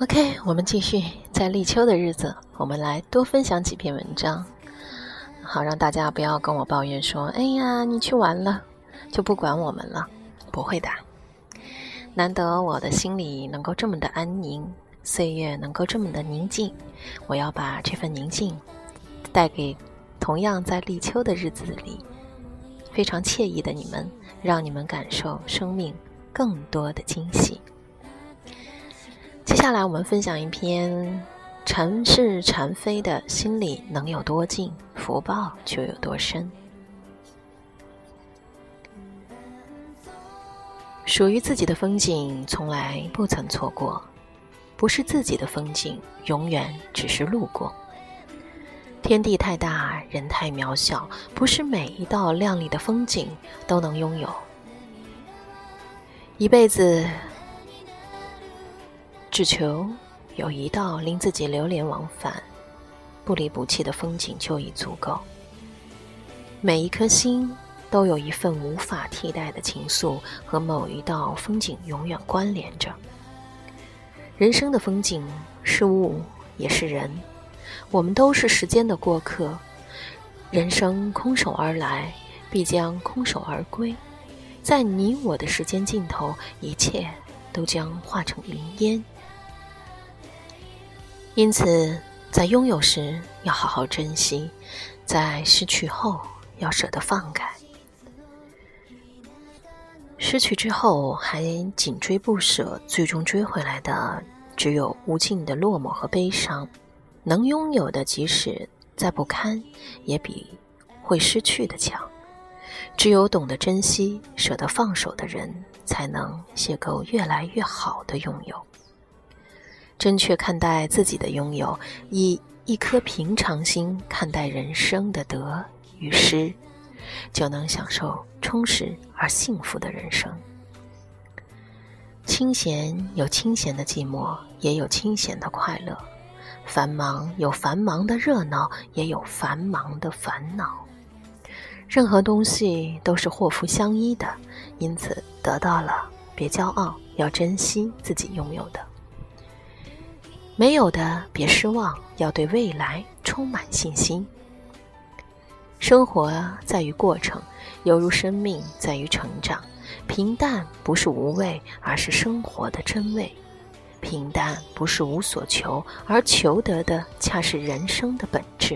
OK， 我们继续，在立秋的日子，我们来多分享几篇文章，好让大家不要跟我抱怨说，哎呀，你去玩了，就不管我们了。不会的，难得我的心里能够这么的安宁，岁月能够这么的宁静，我要把这份宁静带给同样在立秋的日子里非常惬意的你们，让你们感受生命更多的惊喜。接下来我们分享一篇尘世禅飞的心里能有多静，福报就有多深。属于自己的风景从来不曾错过，不是自己的风景永远只是路过。天地太大，人太渺小，不是每一道亮丽的风景都能拥有。一辈子只求有一道令自己流连忘返、不离不弃的风景就已足够。每一颗心都有一份无法替代的情愫，和某一道风景永远关联着。人生的风景是物也是人，我们都是时间的过客，人生空手而来，必将空手而归。在你我的时间尽头，一切都将化成云烟。因此，在拥有时要好好珍惜，在失去后要舍得放开。失去之后还紧追不舍，最终追回来的只有无尽的落寞和悲伤。能拥有的即使再不堪，也比会失去的强。只有懂得珍惜、舍得放手的人，才能邂逅越来越好的拥有。正确看待自己的拥有，以一颗平常心看待人生的得与失，就能享受充实而幸福的人生。清闲有清闲的寂寞，也有清闲的快乐；繁忙有繁忙的热闹，也有繁忙的烦恼。任何东西都是祸福相依的，因此得到了别骄傲，要珍惜自己拥有的；没有的别失望，要对未来充满信心。生活在于过程，犹如生命在于成长。平淡不是无味，而是生活的真味；平淡不是无所求，而求得的恰是人生的本质。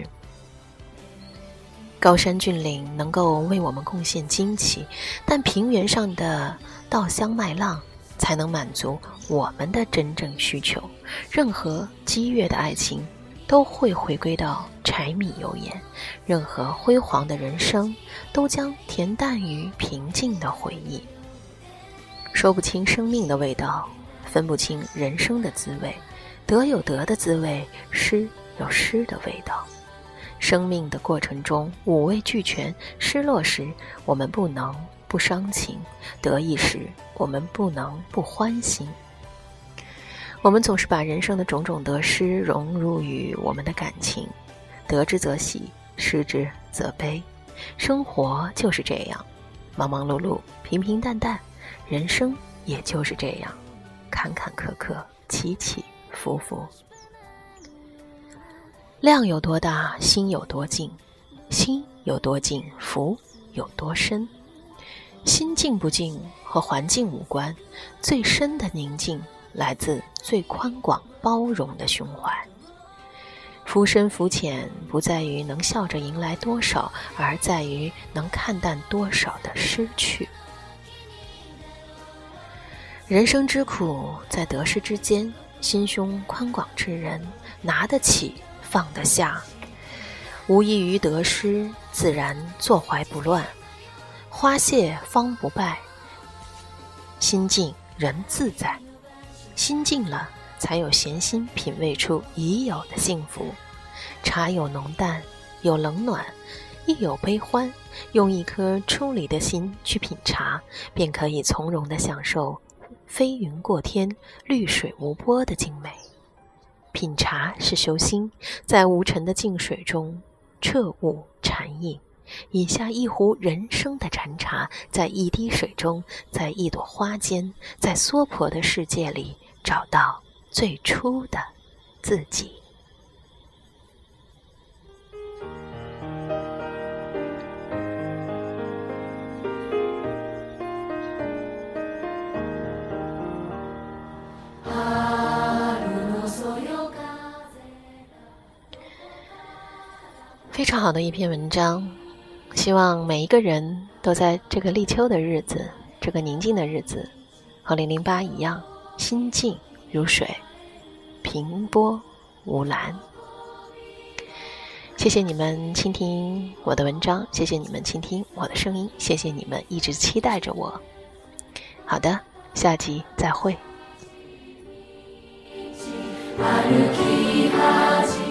高山峻岭能够为我们贡献惊奇，但平原上的稻香麦浪才能满足我们的真正需求。任何激越的爱情都会回归到柴米油盐，任何辉煌的人生都将恬淡于平静的回忆。说不清生命的味道，分不清人生的滋味，得有得的滋味，失有失的味道。生命的过程中五味俱全，失落时我们不能不伤情，得意时我们不能不欢心。我们总是把人生的种种得失融入于我们的感情，得之则喜，失之则悲。生活就是这样，忙忙碌碌，平平淡淡，人生也就是这样，坎坎坷坷，起起伏伏。量有多大，心有多静；心有多静，福有多深。心静不静和环境无关，最深的宁静来自最宽广包容的胸怀。福深福浅不在于能笑着迎来多少，而在于能看淡多少的失去。人生之苦在得失之间，心胸宽广之人拿得起放得下，无异于得失，自然坐怀不乱。花谢方不败，心静人自在。心静了，才有闲心品味出已有的幸福。茶有浓淡，有冷暖，亦有悲欢。用一颗出离的心去品茶，便可以从容地享受飞云过天、绿水无波的静美。品茶是修心，在无尘的静水中彻悟禅意。饮下一壶人生的禅茶，在一滴水中，在一朵花间，在娑婆的世界里找到最初的自己。非常好的一篇文章，希望每一个人都在这个立秋的日子，这个宁静的日子，和008一样，心静如水，平波无澜。谢谢你们倾听我的文章，谢谢你们倾听我的声音，谢谢你们一直期待着我。好的，下集再会。歩き始め